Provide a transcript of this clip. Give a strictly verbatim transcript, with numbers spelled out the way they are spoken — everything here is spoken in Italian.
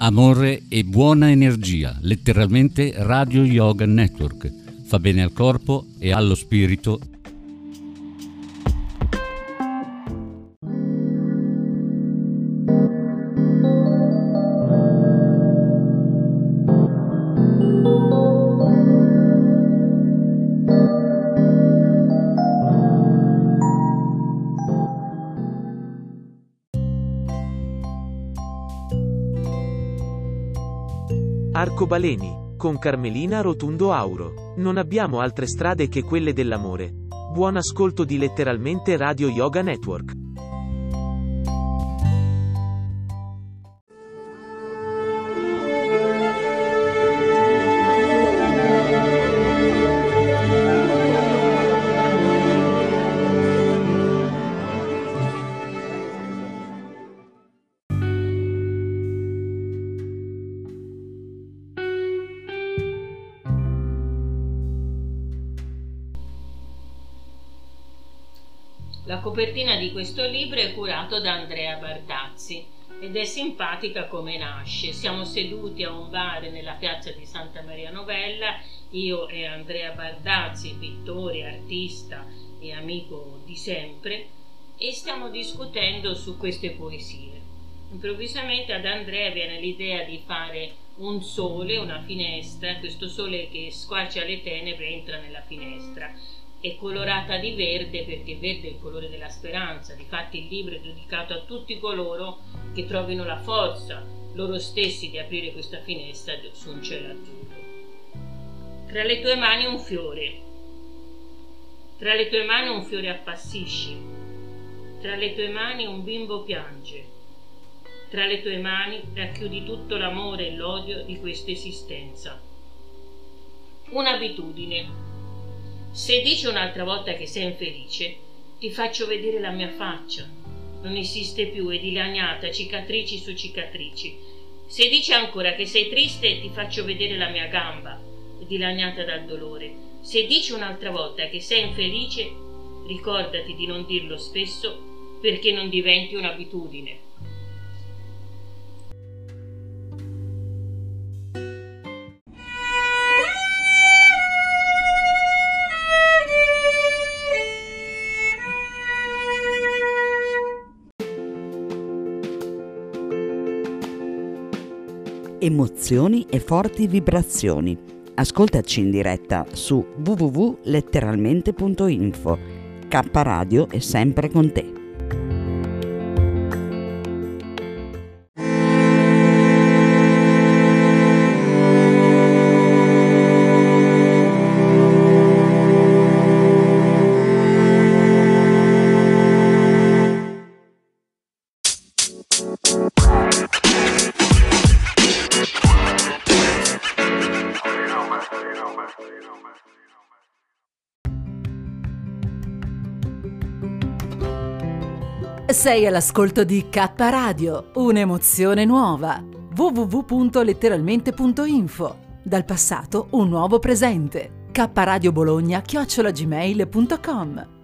Amore e buona energia, letteralmente Radio Yoga Network. Fa bene al corpo e allo spirito. Arcobaleni, con Carmelina Rotundo Auro. Non abbiamo altre strade che quelle dell'amore. Buon ascolto di letteralmente Radio Yoga Network. La copertina di questo libro è curato da Andrea Bardazzi ed è simpatica come nasce. Siamo seduti a un bar nella piazza di Santa Maria Novella, io e Andrea Bardazzi, pittore, artista e amico di sempre, e stiamo discutendo su queste poesie. Improvvisamente ad Andrea viene l'idea di fare un sole, una finestra, questo sole che squarcia le tenebre entra nella finestra. È colorata di verde perché verde è il colore della speranza. Difatti il libro è dedicato a tutti coloro che trovino la forza loro stessi di aprire questa finestra su un cielo azzurro. Tra le tue mani un fiore, tra le tue mani un fiore appassisce, tra le tue mani un bimbo piange, tra le tue mani racchiudi tutto l'amore e l'odio di questa esistenza. Un'abitudine. Se dici un'altra volta che sei infelice, ti faccio vedere la mia faccia. Non esiste più, è dilaniata, cicatrici su cicatrici. Se dici ancora che sei triste, ti faccio vedere la mia gamba, dilaniata dal dolore. Se dici un'altra volta che sei infelice, ricordati di non dirlo spesso perché non diventi un'abitudine. Emozioni e forti vibrazioni. Ascoltaci in diretta su w w w punto letteralmente punto info. K Radio è sempre con te. Sei all'ascolto di K Radio, un'emozione nuova. w w w punto letteralmente punto info. Dal passato un nuovo presente. K Radio Bologna chiocciola gmail punto com.